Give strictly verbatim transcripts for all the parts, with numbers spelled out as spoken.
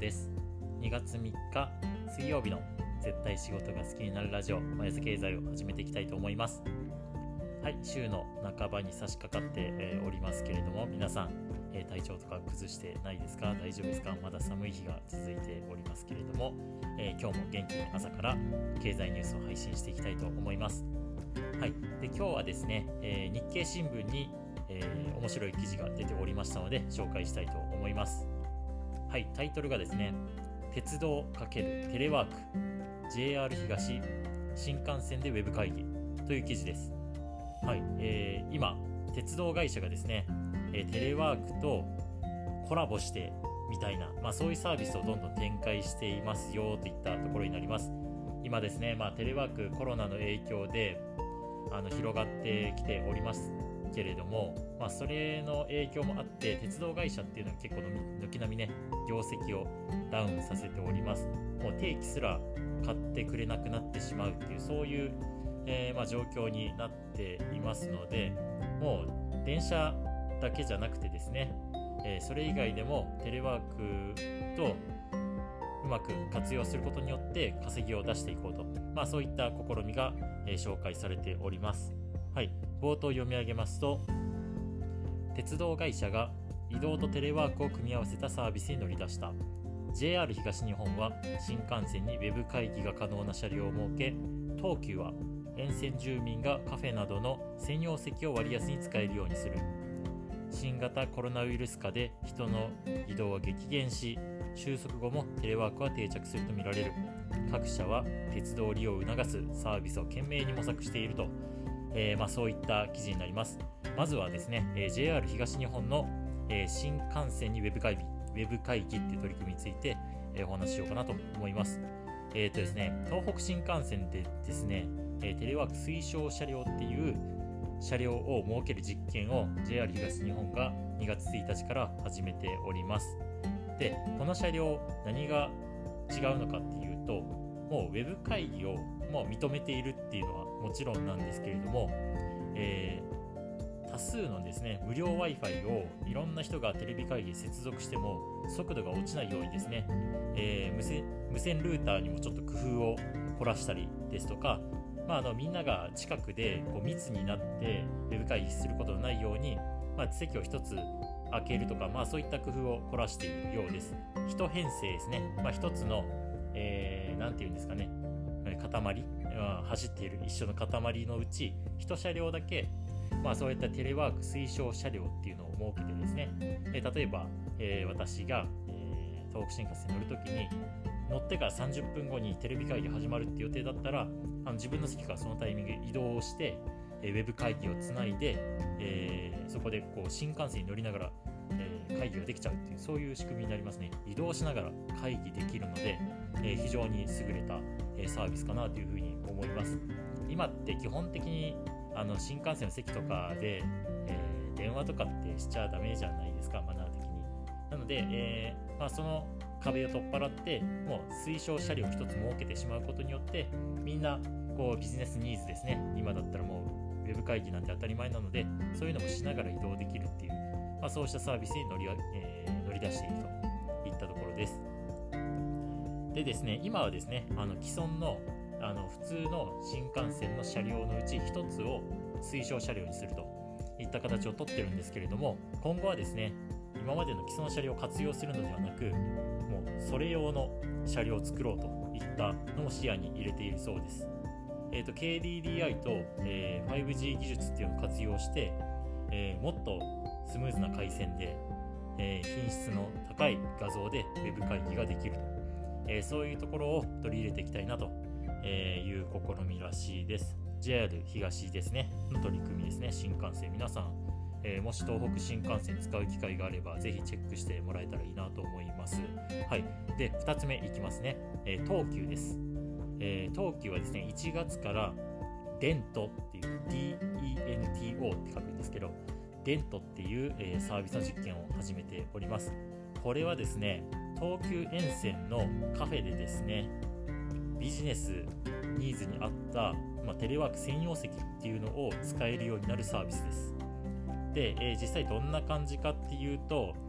です。にがつみっか水曜日の絶対仕事が好きになるラジオマイナス経済を始めていきたいと思います。はい、週の半ばに差し掛かって、えー、おりますけれども、皆さん、えー、体調とか崩してないですか？大丈夫ですか？まだ寒い日が続いておりますけれども、えー、今日も元気に朝から経済ニュースを配信していきたいと思います。はい、で今日はですね、えー、日経新聞に、えー、面白い記事が出ておりましたので紹介したいと思います。はい、タイトルがですね、鉄道×テレワーク ジェイアール 東新幹線でウェブ会議という記事です。はい、えー、今鉄道会社がですね、えー、テレワークとコラボしてみたいな、まあ、そういうサービスをどんどん展開していますよといったところになります。今ですね、まあ、テレワークコロナの影響であの広がってきておりますけれども、まあ、それの影響もあって鉄道会社っていうのは結構軒並みね業績をダウンさせております。もう定期すら買ってくれなくなってしまうっていうそういう、えーまあ、状況になっていますので、もう電車だけじゃなくてですね、えー、それ以外でもテレワークとうまく活用することによって稼ぎを出していこうと、まあ、そういった試みが、えー、紹介されております。はい、冒頭読み上げますと、鉄道会社が移動とテレワークを組み合わせたサービスに乗り出した。 ジェイアール 東日本は新幹線にウェブ会議が可能な車両を設け、東急は沿線住民がカフェなどの専用席を割安に使えるようにする。新型コロナウイルス禍で人の移動は激減し、収束後もテレワークは定着するとみられる。各社は鉄道利用を促すサービスを懸命に模索していると、えーまあ、そういった記事になります。まずはですね、えー、ジェイアール 東日本の、えー、新幹線にウェブ会議、ウェブ会議っていう取り組みについて、えー、お話ししようかなと思います。えーとですね、東北新幹線でですね、えー、テレワーク推奨車両っていう車両を設ける実験を ジェイアール 東日本がにがつついたちから始めております。で、この車両何が違うのかっていうと、もうウェブ会議をもう認めているっていうのはもちろんなんですけれども、えー、多数のですね無料 Wi-Fi をいろんな人がテレビ会議に接続しても速度が落ちないようにですね、えー、無線、無線ルーターにもちょっと工夫を凝らしたりですとか、まあ、あのみんなが近くでこう密になってウェブ会議することのないように、まあ、席を一つ開けるとか、まあ、そういった工夫を凝らしているようです。一編成ですね、まあ、一つの、えー、なんていうんですかね、塊、走っている一緒の塊のうち一車両だけ、まあ、そういったテレワーク推奨車両っていうのを設けてですね、えー、例えば、えー、私が、えー、東北新幹線に乗るときに乗ってからさんじゅっぷんごにテレビ会議始まるって予定だったら、あの自分の席からそのタイミングで移動して、えー、ウェブ会議をつないで、えー、そこでこう新幹線に乗りながら、えー、会議ができちゃうっていうそういう仕組みになりますね。移動しながら会議できるので、えー、非常に優れたサービスかなというふうに思います。今って基本的にあの新幹線の席とかで、えー、電話とかってしちゃダメじゃないですか、マナー的に。なので、えーまあ、その壁を取っ払ってもう推奨車両を一つ設けてしまうことによって、みんなこうビジネスニーズですね、今だったらもうウェブ会議なんて当たり前なので、そういうのもしながら移動できるっていう、まあ、そうしたサービスに乗り、えー、乗り出しているといったところです。でですね、今はですね、あの既存の、あの普通の新幹線の車両のうち一つを推奨車両にするといった形をとってるんですけれども、今後はですね、今までの既存車両を活用するのではなく、もうそれ用の車両を作ろうといったのを視野に入れているそうです。えーと、ケーディーディーアイ と、えー、ファイブジー 技術っていうのを活用して、えー、もっとスムーズな回線で、えー、品質の高い画像でウェブ会議ができると、えー、そういうところを取り入れていきたいなという試みらしいです。 ジェイアール 東ですねの取り組みですね。新幹線皆さん、えー、もし東北新幹線使う機会があればぜひチェックしてもらえたらいいなと思います。はい、でふたつめいきますね、えー、東急です。えー、東急はですねいちがつからデントっていう ディーイーエヌティーオー って書くんですけど、デントっていう、えー、サービスの実験を始めております。これはですね、東急沿線のカフェでですね、ビジネスニーズに合った、まあ、テレワーク専用席っていうのを使えるようになるサービスです。で、えー、実際どんな感じかっていうと、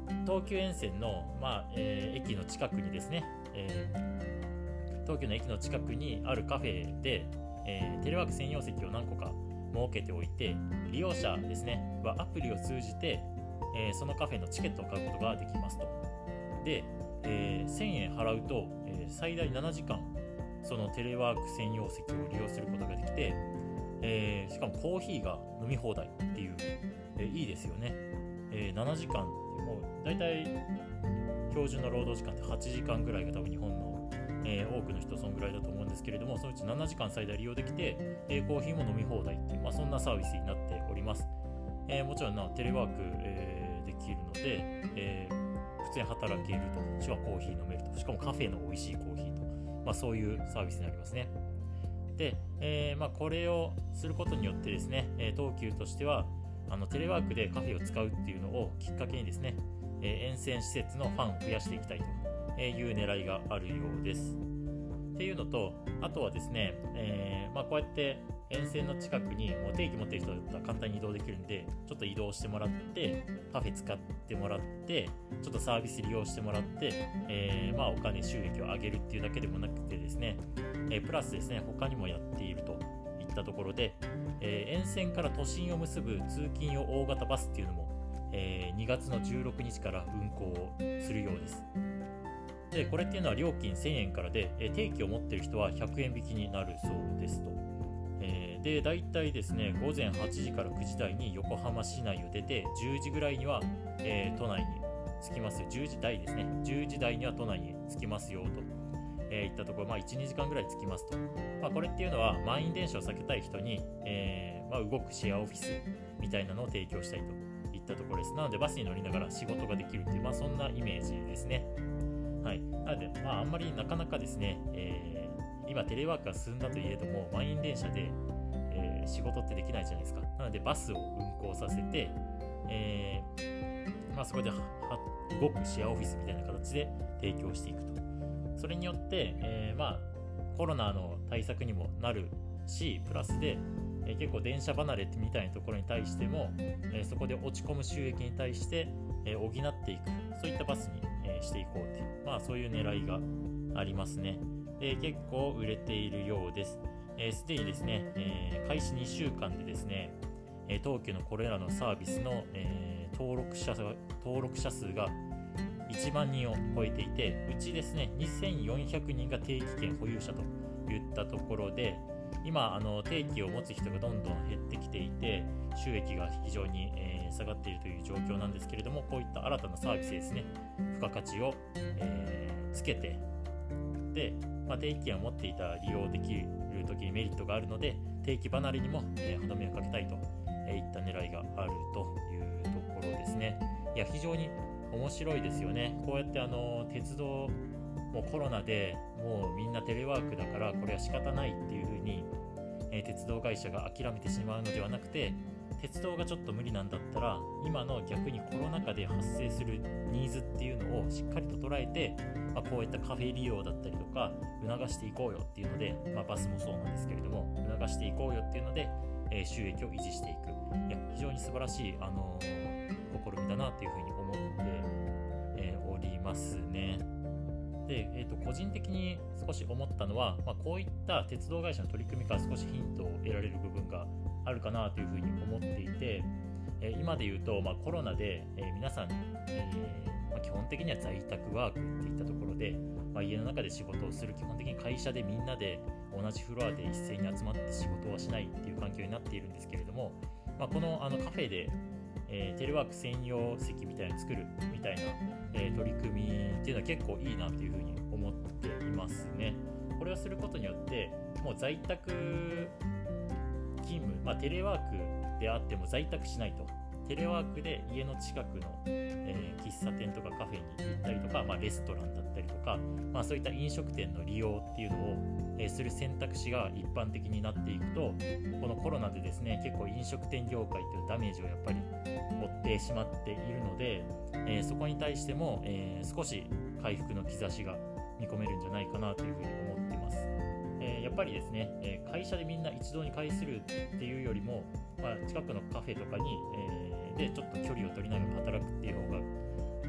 東急沿線の、まあえー、駅の近くにですね、えー、東急の駅の近くにあるカフェで、えー、テレワーク専用席を何個か設けておいて、利用者ですねはアプリを通じて、えー、そのカフェのチケットを買うことができますと。で、えー、せんえん払うと、えー、最大ななじかんそのテレワーク専用席を利用することができて、えー、しかもコーヒーが飲み放題っていう、えー、いいですよね。えー、ななじかんってもうだいたい標準の労働時間ってはちじかんぐらいが多分日本の、えー、多くの人そんぐらいだと思うんですけれども、そのうちななじかん最大利用できて、えー、コーヒーも飲み放題っていう、まあ、そんなサービスになっております。えー、もちろんなテレワーク、えー、できるので、えー、普通に働けると、しかもコーヒー飲めると、しかもカフェの美味しいコーヒーと、まあ、そういうサービスになりますね。で、えーまあ、これをすることによってですね、えー、東急としてはあのテレワークでカフェを使うっていうのをきっかけにですね、えー、沿線施設のファンを増やしていきたいという狙いがあるようです。っていうのと、あとはですね、えーまあ、こうやって沿線の近くにもう定期持ってる人だったら簡単に移動できるんで、ちょっと移動してもらってカフェ使ってもらってちょっとサービス利用してもらって、えーまあ、お金収益を上げるっていうだけでもなくてですね、えー、プラスですね他にもやっているといったところで、えー、沿線から都心を結ぶ通勤用大型バスっていうのも、えー、にがつのじゅうろくにちから運行をするようです。でこれっていうのは料金せんえんからで、えー、定期を持っている人はひゃくえん引きになるそうですと。えー、でだいたいですねごぜんはちじからくじ台に横浜市内を出てじゅうじぐらいには、えー、都内に着きますよ。じゅうじ台ですね。じゅうじ台には都内に着きますよと、えー、いったところ、まあ、いち、にじかんぐらい着きますと。まあ、これっていうのは満員電車を避けたい人に、えーまあ、動くシェアオフィスみたいなのを提供したいといったところです。なのでバスに乗りながら仕事ができるっていう、まあ、そんなイメージですね。はい、なので、まあ、あんまりなかなかですね、えー、今テレワークが進んだといえども満員電車で、えー、仕事ってできないじゃないですか。なのでバスを運行させて、えーまあ、そこで動くシェアオフィスみたいな形で提供していくと。それによって、えーまあ、コロナの対策にもなるし、プラスで、えー、結構電車離れみたいなところに対しても、えー、そこで落ち込む収益に対して、えー、補っていく、そういったバスに、えー、していこうという、まあ、そういう狙いがありますね。で結構売れているようです。す、えー、で、にですね、えー、開始にしゅうかんでですね、えー、東急のこれらのサービスの、えー、登録者登録者数がいちまんにんを超えていて、うちですねにせんよんひゃくにんが定期券保有者といったところで、今あの定期を持つ人がどんどん減ってきていて収益が非常に、えー、下がっているという状況なんですけれども、こういった新たなサービスですね、付加価値を、えー、つけて、で、まあ、定期券を持っていたら利用できるときにメリットがあるので、定期離れにも、えー、歯止めをかけたいといった狙いがあるというところですね。いや非常に面白いですよね。こうやってあの鉄道もうコロナでもうみんなテレワークだからこれは仕方ないっていう風に、えー、鉄道会社が諦めてしまうのではなくて、鉄道がちょっと無理なんだったら今の逆にコロナ禍で発生するニーズっていうのをしっかりと捉えて、まあ、こういったカフェ利用だったりとか促していこうよっていうので、まあ、バスもそうなんですけれども促していこうよっていうので、えー、収益を維持していく、いや非常に素晴らしい、あのー、試みだなというふうに思って、えー、おりますね。で、えーと、個人的に少し思ったのは、まあ、こういった鉄道会社の取り組みから少しヒントを得られる部分があるかなというふうに思っていて、えー、今で言うと、まあ、コロナで、えー、皆さん、えーまあ、基本的には在宅ワークっていったところで、まあ、家の中で仕事をする、基本的に会社でみんなで同じフロアで一斉に集まって仕事はしないっていう環境になっているんですけれども、まあ、この、あのカフェでえー、テレワーク専用席みたいなの作るみたいな、えー、取り組みっていうのは結構いいなというふうに思っていますね。これをすることによってもう在宅勤務、まあ、テレワークであっても在宅しないと、テレワークで家の近くの、えー、喫茶店とかカフェに行ったりとか、まあ、レストランだったりとか、まあ、そういった飲食店の利用っていうのを、えー、する選択肢が一般的になっていくと、このコロナでですね結構飲食店業界というダメージをやっぱり負ってしまっているので、えー、そこに対しても、えー、少し回復の兆しが見込めるんじゃないかなというふうに思っています。えー、やっぱりですね、えー、会社でみんな一堂に会するっていうよりも、まあ、近くのカフェとかに、えー、でちょっと距離を取りながら働くっていう方が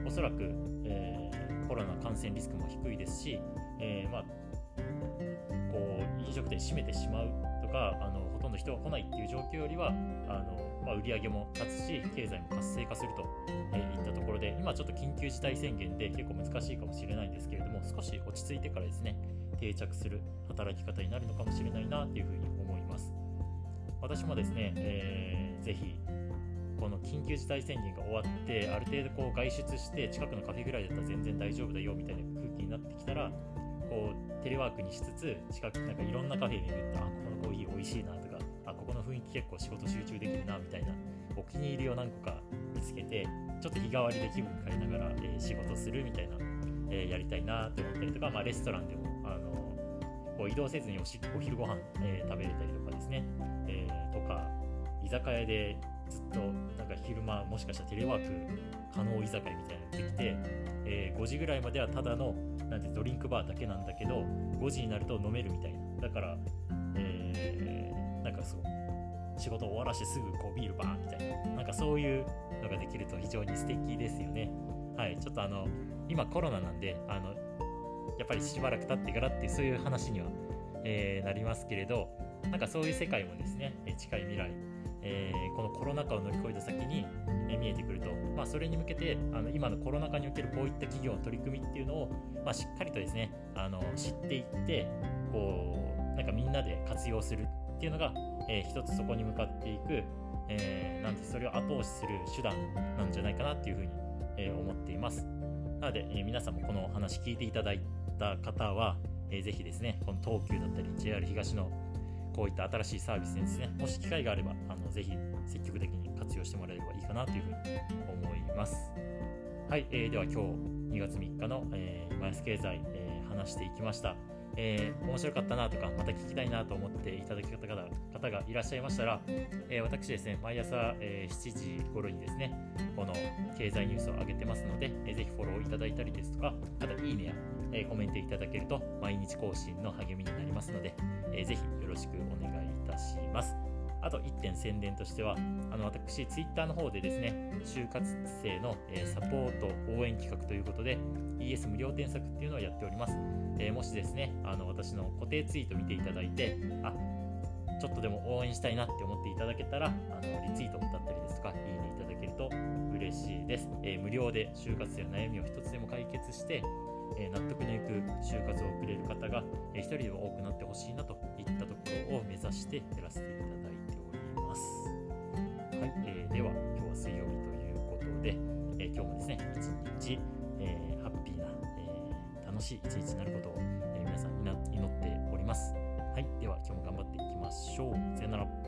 おそらく、えー、コロナ感染リスクも低いですし、えー、まあこう飲食店閉めてしまうとか、あのほとんど人が来ないっていう状況よりは、あの、まあ、売り上げも立つし経済も活性化すると、えー、いったところで、今ちょっと緊急事態宣言で結構難しいかもしれないんですけれども、少し落ち着いてからですね、定着する働き方になるのかもしれないなというふうに思います。私もですね、えー、ぜひこの緊急事態宣言が終わって、ある程度こう外出して近くのカフェぐらいだったら全然大丈夫だよみたいな空気になってきたら、こうテレワークにしつつ近くなんかいろんなカフェに巡って、あ、ここのコーヒー美味しいなとか、あ、ここの雰囲気結構仕事集中できるなみたいなお気に入りを何個か見つけて、ちょっと日替わりで気分変えながら、えー、仕事するみたいな、えー、やりたいなと思ったりとか、まあ、レストランでもあのこう移動せずに お, しお昼ご飯、えー、食べれたりとかですね、えー、とか居酒屋でずっとなんか昼間もしかしたらテレワーク可能居酒屋みたいなのができて、えー、ごじぐらいまではただのなんてドリンクバーだけなんだけど、ごじになると飲めるみたいな、だから、えー、なんかそう仕事終わらしてすぐこうビールバーみたいな、なんかそういうのができると非常に素敵ですよね。はい、ちょっとあの今コロナなんで、あのやっぱりしばらく経ってからっていうそういう話には、えー、なりますけれど、なんかそういう世界もですね、近い未来、えー、このコロナ禍を乗り越えた先に、えー、見えてくると、まあ、それに向けてあの今のコロナ禍におけるこういった企業の取り組みっていうのを、まあ、しっかりとですね、あの知っていって、こうなんかみんなで活用するっていうのが、えー、一つそこに向かっていく、えー、なんでそれを後押しする手段なんじゃないかなっていうふうに、えー、思っています。なので、えー、皆さんもこの話聞いていただいた方は、えー、ぜひですね、この東急だったり ジェイアール 東のこういった新しいサービスにですね、もし機会があればあのぜひ積極的に活用してもらえればいいかなというふうに思います。はい、えー、では今日にがつみっかの、えー、マイス経済、えー、話していきました。えー、面白かったなとかまた聞きたいなと思っていただき方が方がいらっしゃいましたら、えー、私ですね、毎朝、えー、しちじ頃にですね、この経済ニュースを上げてますので、えー、ぜひフォローいただいたりですとか、またいいねや、えー、コメントいただけると毎日更新の励みになりますので、えー、ぜひよろしくお願いいたします。あといってん宣伝としては、あの私ツイッターの方でですね、就活生の、えー、サポート応援企画ということで イーエス 無料添削っていうのをやっております。えー、もしですね、あの私の固定ツイート見ていただいて、あ、ちょっとでも応援したいなって思っていただけたら、あのリツイートだったりですとかいいねいただけると嬉しいです。えー、無料で就活生の悩みを一つでも解決して、えー、納得のいく就活を送れる方が、えー、一人でも多くなってほしいなといったところを目指してやらせていただいております。はい、えー、では今日は水曜日ということで、えー、今日もですね一日、えー、ハッピーな、えー、楽しい一日になることを、えー、皆さん祈っております。はい、では今日も頑張っていきましょう。さよなら。